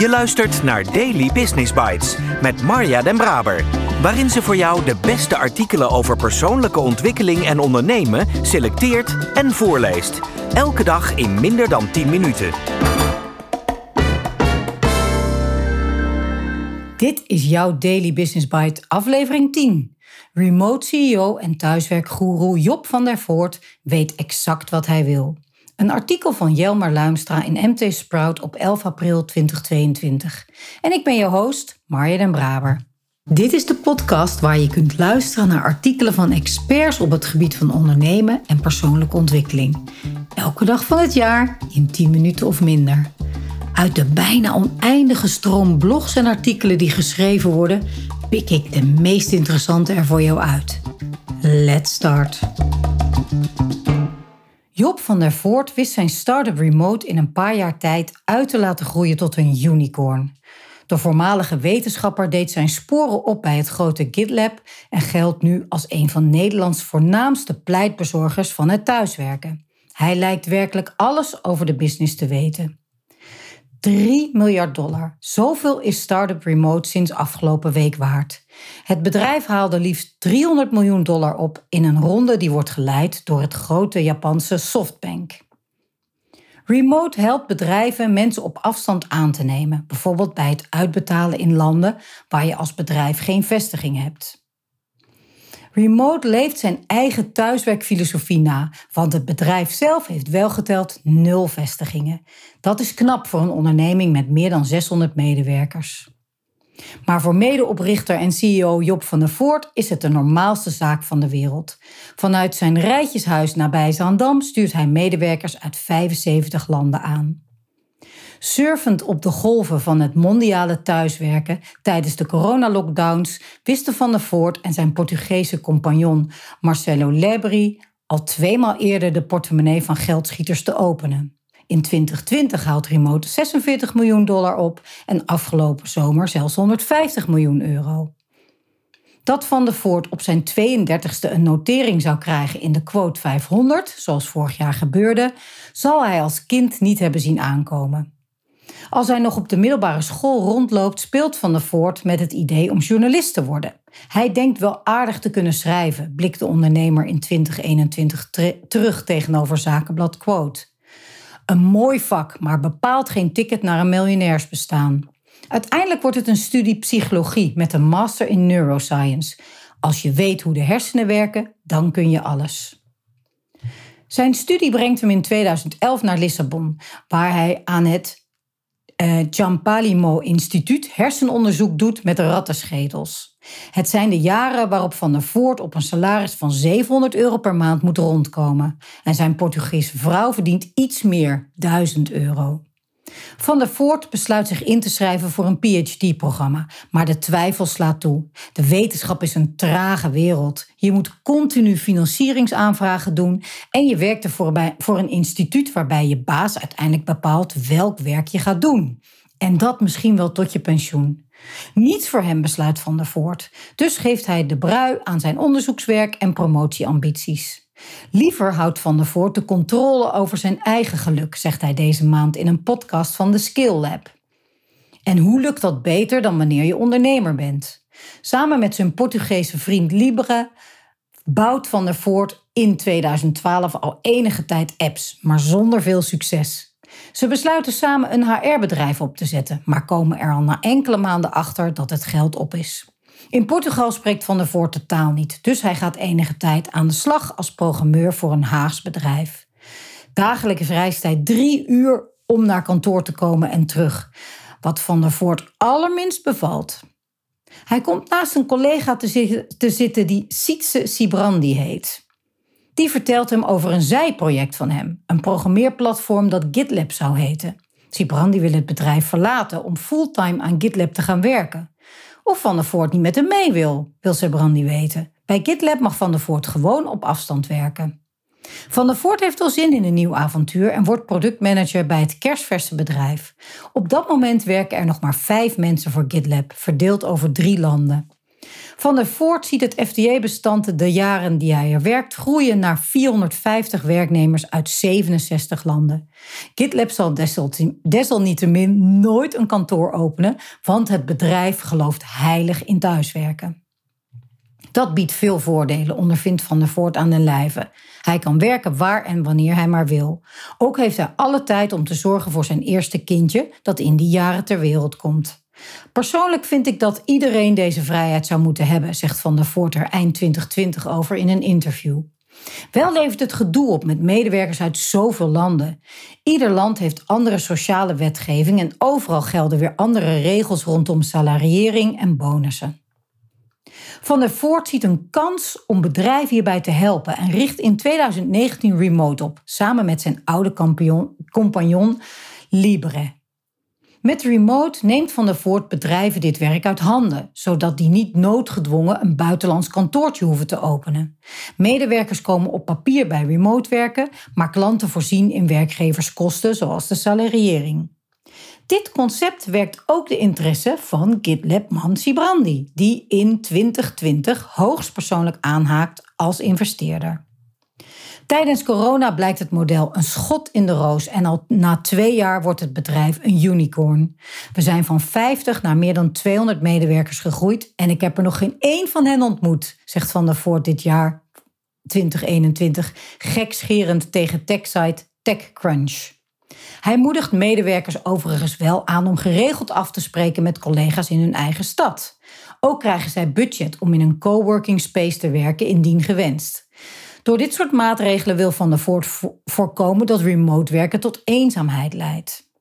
Je luistert naar Daily Business Bites met Marja Den Braber, waarin ze voor jou de beste artikelen over persoonlijke ontwikkeling en ondernemen selecteert en voorleest. Elke dag in minder dan 10 minuten. Dit is jouw Daily Business Bite, aflevering 10. Remote CEO en thuiswerkgoeroe Job van der Voort weet exact wat hij wil. Een artikel van Jelmer Luimstra in MT Sprout op 11 april 2022. En ik ben je host, Marja Den Braber. Dit is de podcast waar je kunt luisteren naar artikelen van experts op het gebied van ondernemen en persoonlijke ontwikkeling. Elke dag van het jaar in 10 minuten of minder. Uit de bijna oneindige stroom blogs en artikelen die geschreven worden, pik ik de meest interessante er voor jou uit. Let's start. Job van der Voort wist zijn start-up Remote in een paar jaar tijd uit te laten groeien tot een unicorn. De voormalige wetenschapper deed zijn sporen op bij het grote GitLab en geldt nu als een van Nederlands voornaamste pleitbezorgers van het thuiswerken. Hij lijkt werkelijk alles over de business te weten. $3 miljard. Zoveel is Startup Remote sinds afgelopen week waard. Het bedrijf haalde liefst $300 miljoen op in een ronde die wordt geleid door het grote Japanse SoftBank. Remote helpt bedrijven mensen op afstand aan te nemen, bijvoorbeeld bij het uitbetalen in landen waar je als bedrijf geen vestiging hebt. Remote leeft zijn eigen thuiswerkfilosofie na, want het bedrijf zelf heeft wel geteld 0 vestigingen. Dat is knap voor een onderneming met meer dan 600 medewerkers. Maar voor medeoprichter en CEO Job van der Voort is het de normaalste zaak van de wereld. Vanuit zijn rijtjeshuis nabij Zaandam stuurt hij medewerkers uit 75 landen aan. Surfend op de golven van het mondiale thuiswerken tijdens de coronalockdowns wisten Van der Voort en zijn Portugese compagnon Marcelo Lebri al 2 maal eerder de portemonnee van geldschieters te openen. In 2020 haalt Remote $46 miljoen op en afgelopen zomer zelfs €150 miljoen. Dat Van der Voort op zijn 32e een notering zou krijgen in de quote 500, zoals vorig jaar gebeurde, zal hij als kind niet hebben zien aankomen. Als hij nog op de middelbare school rondloopt, speelt Van der Voort met het idee om journalist te worden. Hij denkt wel aardig te kunnen schrijven, blikt de ondernemer in 2021 terug tegenover Zakenblad Quote. Een mooi vak, maar bepaald geen ticket naar een miljonairsbestaan. Uiteindelijk wordt het een studie psychologie met een master in neuroscience. Als je weet hoe de hersenen werken, dan kun je alles. Zijn studie brengt hem in 2011 naar Lissabon, waar hij aan het Champalimaud Instituut hersenonderzoek doet met rattenschedels. Het zijn de jaren waarop Van der Voort op een salaris van €700 per maand moet rondkomen. En zijn Portugese vrouw verdient iets meer, €1000. Van der Voort besluit zich in te schrijven voor een PhD-programma, maar de twijfel slaat toe. De wetenschap is een trage wereld. Je moet continu financieringsaanvragen doen en je werkt ervoor voor een instituut waarbij je baas uiteindelijk bepaalt welk werk je gaat doen. En dat misschien wel tot je pensioen. Niets voor hem, besluit Van der Voort. Dus geeft hij de brui aan zijn onderzoekswerk en promotieambities. Liever houdt Van der Voort de controle over zijn eigen geluk, zegt hij deze maand in een podcast van de Skill Lab. En hoe lukt dat beter dan wanneer je ondernemer bent? Samen met zijn Portugese vriend Libre bouwt Van der Voort in 2012 al enige tijd apps, maar zonder veel succes. Ze besluiten samen een HR-bedrijf op te zetten, maar komen er al na enkele maanden achter dat het geld op is. In Portugal spreekt Van der Voort de taal niet, dus hij gaat enige tijd aan de slag als programmeur voor een Haags bedrijf. Dagelijks reist hij 3 uur om naar kantoor te komen en terug, wat Van der Voort allerminst bevalt. Hij komt naast een collega te zitten die Sietse Sibrandi heet. Die vertelt hem over een zijproject van hem, een programmeerplatform dat GitLab zou heten. Sibrandi wil het bedrijf verlaten om fulltime aan GitLab te gaan werken. Of Van der Voort niet met hem mee wil Sibrandi weten. Bij GitLab mag Van der Voort gewoon op afstand werken. Van der Voort heeft wel zin in een nieuw avontuur en wordt productmanager bij het kersverse bedrijf. Op dat moment werken er nog maar 5 mensen voor GitLab, verdeeld over 3 landen. Van der Voort ziet het FTE-bestand de jaren die hij er werkt groeien naar 450 werknemers uit 67 landen. GitLab zal desalniettemin nooit een kantoor openen, want het bedrijf gelooft heilig in thuiswerken. Dat biedt veel voordelen, ondervindt Van der Voort aan den lijve. Hij kan werken waar en wanneer hij maar wil. Ook heeft hij alle tijd om te zorgen voor zijn eerste kindje dat in die jaren ter wereld komt. Persoonlijk vind ik dat iedereen deze vrijheid zou moeten hebben, zegt Van der Voort er eind 2020 over in een interview. Wel levert het gedoe op met medewerkers uit zoveel landen. Ieder land heeft andere sociale wetgeving en overal gelden weer andere regels rondom salariëring en bonussen. Van der Voort ziet een kans om bedrijven hierbij te helpen en richt in 2019 Remote op, samen met zijn oude compagnon Libre. Met Remote neemt Van der Voort bedrijven dit werk uit handen, zodat die niet noodgedwongen een buitenlands kantoortje hoeven te openen. Medewerkers komen op papier bij Remote werken, maar klanten voorzien in werkgeverskosten zoals de salariëring. Dit concept werkt ook de interesse van GitLab-man Sibrandi, die in 2020 hoogstpersoonlijk aanhaakt als investeerder. Tijdens corona blijkt het model een schot in de roos en al na 2 jaar wordt het bedrijf een unicorn. We zijn van 50 naar meer dan 200 medewerkers gegroeid en ik heb er nog geen één van hen ontmoet, zegt Van der Voort dit jaar 2021, gekscherend tegen techsite TechCrunch. Hij moedigt medewerkers overigens wel aan om geregeld af te spreken met collega's in hun eigen stad. Ook krijgen zij budget om in een coworking space te werken indien gewenst. Door dit soort maatregelen wil Van der Voort voorkomen dat remote werken tot eenzaamheid leidt.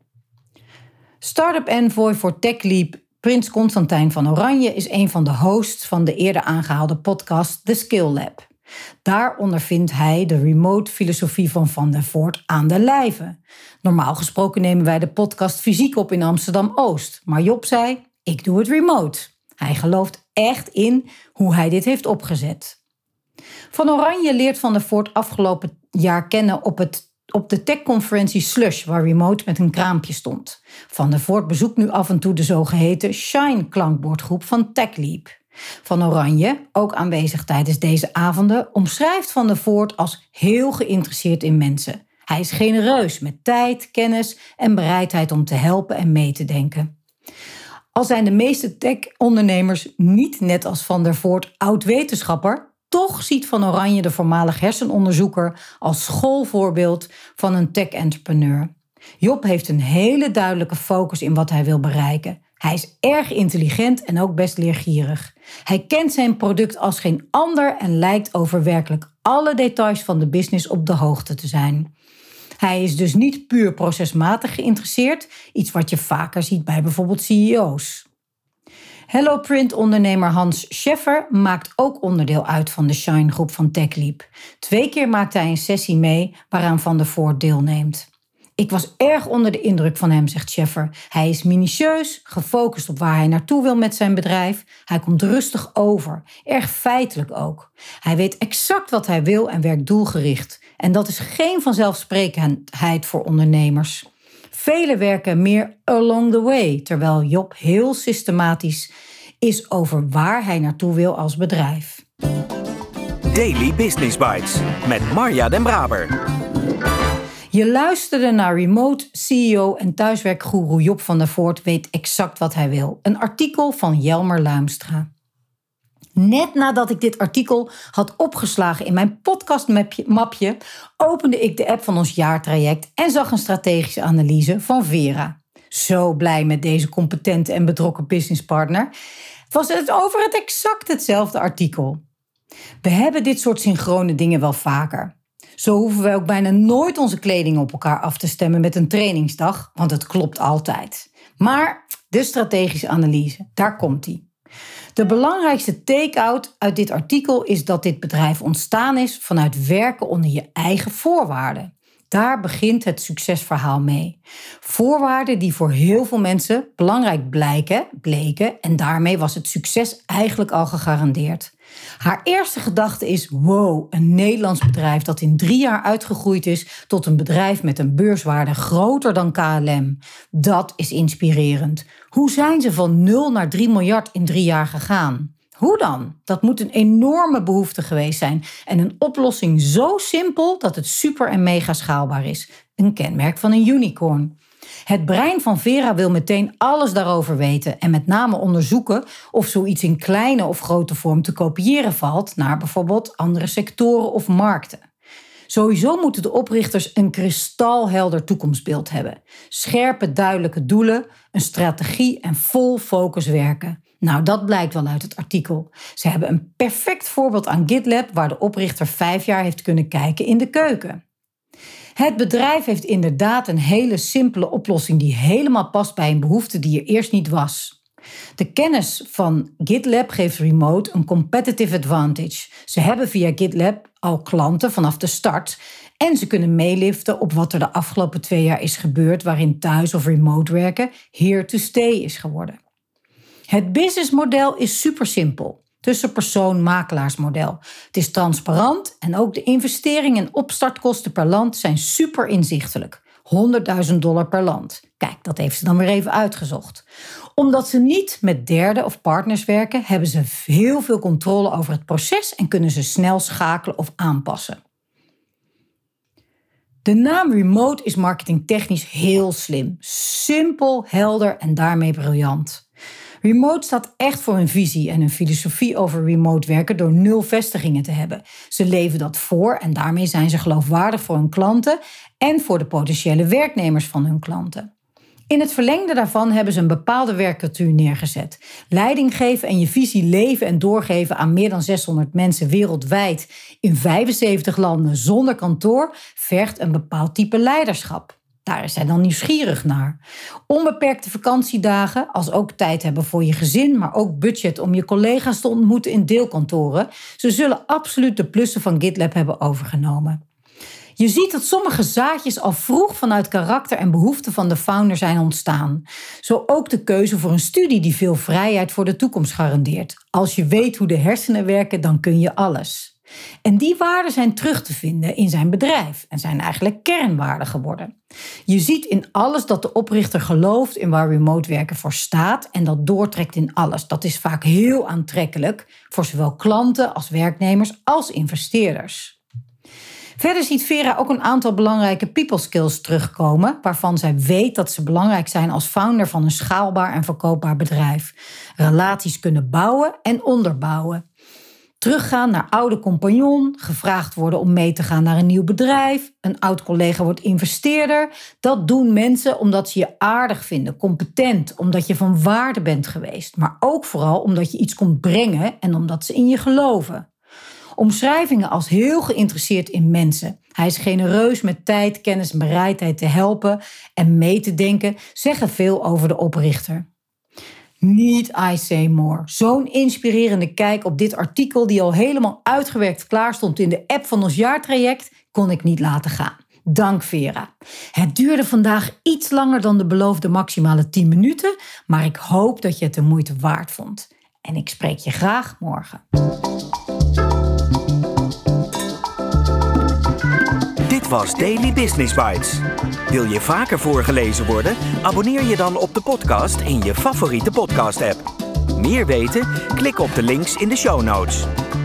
Startup envoy voor TechLeap Prins Constantijn van Oranje is een van de hosts van de eerder aangehaalde podcast The Skill Lab. Daar ondervindt hij de remote-filosofie van Van der Voort aan de lijve. Normaal gesproken nemen wij de podcast fysiek op in Amsterdam-Oost. Maar Job zei, ik doe het remote. Hij gelooft echt in hoe hij dit heeft opgezet. Van Oranje leert Van der Voort afgelopen jaar kennen op de techconferentie Slush, waar Remote met een kraampje stond. Van der Voort bezoekt nu af en toe de zogeheten Shine-klankbordgroep van TechLeap. Van Oranje, ook aanwezig tijdens deze avonden, omschrijft Van der Voort als heel geïnteresseerd in mensen. Hij is genereus met tijd, kennis en bereidheid om te helpen en mee te denken. Al zijn de meeste tech-ondernemers niet net als Van der Voort oud-wetenschapper, toch ziet Van Oranje de voormalig hersenonderzoeker als schoolvoorbeeld van een tech-entrepreneur. Job heeft een hele duidelijke focus in wat hij wil bereiken. Hij is erg intelligent en ook best leergierig. Hij kent zijn product als geen ander en lijkt over werkelijk alle details van de business op de hoogte te zijn. Hij is dus niet puur procesmatig geïnteresseerd, iets wat je vaker ziet bij bijvoorbeeld CEO's. HelloPrint-ondernemer Hans Scheffer maakt ook onderdeel uit van de Shine-groep van TechLeap. 2 keer maakt hij een sessie mee waaraan Van der Voort deelneemt. Ik was erg onder de indruk van hem, zegt Scheffer. Hij is minutieus, gefocust op waar hij naartoe wil met zijn bedrijf. Hij komt rustig over, erg feitelijk ook. Hij weet exact wat hij wil en werkt doelgericht. En dat is geen vanzelfsprekendheid voor ondernemers. Velen werken meer along the way, terwijl Job heel systematisch is over waar hij naartoe wil als bedrijf. Daily Business Bites met Marja den Braber. Je luisterde naar Remote CEO en thuiswerkgoeroe Job van der Voort weet exact wat hij wil. Een artikel van Jelmer Luimstra. Net nadat ik dit artikel had opgeslagen in mijn podcastmapje, opende ik de app van ons jaartraject en zag een strategische analyse van Vera. Zo blij met deze competente en betrokken businesspartner. Was het over het exact hetzelfde artikel. We hebben dit soort synchrone dingen wel vaker. Zo hoeven we ook bijna nooit onze kleding op elkaar af te stemmen met een trainingsdag, want het klopt altijd. Maar de strategische analyse, daar komt die. De belangrijkste take-out uit dit artikel is dat dit bedrijf ontstaan is vanuit werken onder je eigen voorwaarden. Daar begint het succesverhaal mee. Voorwaarden die voor heel veel mensen belangrijk bleken en daarmee was het succes eigenlijk al gegarandeerd. Haar eerste gedachte is, wow, een Nederlands bedrijf dat in 3 jaar uitgegroeid is tot een bedrijf met een beurswaarde groter dan KLM. Dat is inspirerend. Hoe zijn ze van 0 naar 3 miljard in 3 jaar gegaan? Hoe dan? Dat moet een enorme behoefte geweest zijn en een oplossing zo simpel dat het super en mega schaalbaar is. Een kenmerk van een unicorn. Het brein van Vera wil meteen alles daarover weten en met name onderzoeken of zoiets in kleine of grote vorm te kopiëren valt naar bijvoorbeeld andere sectoren of markten. Sowieso moeten de oprichters een kristalhelder toekomstbeeld hebben. Scherpe, duidelijke doelen, een strategie en vol focus werken. Nou, dat blijkt wel uit het artikel. Ze hebben een perfect voorbeeld aan GitLab waar de oprichter 5 jaar heeft kunnen kijken in de keuken. Het bedrijf heeft inderdaad een hele simpele oplossing die helemaal past bij een behoefte die er eerst niet was. De kennis van GitLab geeft Remote een competitive advantage. Ze hebben via GitLab al klanten vanaf de start en ze kunnen meeliften op wat er de afgelopen 2 jaar is gebeurd waarin thuis of remote werken here to stay is geworden. Het businessmodel is super simpel. Tussenpersoon-makelaarsmodel. Het is transparant en ook de investering en opstartkosten per land zijn super inzichtelijk. $100.000 per land. Kijk, dat heeft ze dan weer even uitgezocht. Omdat ze niet met derden of partners werken, hebben ze heel veel controle over het proces en kunnen ze snel schakelen of aanpassen. De naam Remote is marketingtechnisch heel slim. Simpel, helder en daarmee briljant. Remote staat echt voor een visie en een filosofie over remote werken door 0 vestigingen te hebben. Ze leven dat voor en daarmee zijn ze geloofwaardig voor hun klanten en voor de potentiële werknemers van hun klanten. In het verlengde daarvan hebben ze een bepaalde werkcultuur neergezet. Leiding geven en je visie leven en doorgeven aan meer dan 600 mensen wereldwijd in 75 landen zonder kantoor vergt een bepaald type leiderschap. Daar is hij dan nieuwsgierig naar. Onbeperkte vakantiedagen, als ook tijd hebben voor je gezin, maar ook budget om je collega's te ontmoeten in deelkantoren. Ze zullen absoluut de plussen van GitLab hebben overgenomen. Je ziet dat sommige zaadjes al vroeg vanuit karakter en behoeften van de founder zijn ontstaan. Zo ook de keuze voor een studie die veel vrijheid voor de toekomst garandeert. Als je weet hoe de hersenen werken, dan kun je alles. En die waarden zijn terug te vinden in zijn bedrijf en zijn eigenlijk kernwaarden geworden. Je ziet in alles dat de oprichter gelooft in waar remote werken voor staat en dat doortrekt in alles. Dat is vaak heel aantrekkelijk voor zowel klanten als werknemers als investeerders. Verder ziet Vera ook een aantal belangrijke people skills terugkomen, waarvan zij weet dat ze belangrijk zijn als founder van een schaalbaar en verkoopbaar bedrijf. Relaties kunnen bouwen en onderbouwen. Teruggaan naar oude compagnon, gevraagd worden om mee te gaan naar een nieuw bedrijf, een oud collega wordt investeerder. Dat doen mensen omdat ze je aardig vinden, competent, omdat je van waarde bent geweest. Maar ook vooral omdat je iets komt brengen en omdat ze in je geloven. Omschrijvingen als heel geïnteresseerd in mensen. Hij is genereus met tijd, kennis en bereidheid te helpen en mee te denken, zeggen veel over de oprichter. Need I say more. Zo'n inspirerende kijk op dit artikel die al helemaal uitgewerkt klaar stond in de app van ons jaartraject, kon ik niet laten gaan. Dank Vera. Het duurde vandaag iets langer dan de beloofde maximale 10 minuten, maar ik hoop dat je het de moeite waard vond. En ik spreek je graag morgen. Dit was Daily Business Bites. Wil je vaker voorgelezen worden? Abonneer je dan op de podcast in je favoriete podcast-app. Meer weten? Klik op de links in de show notes.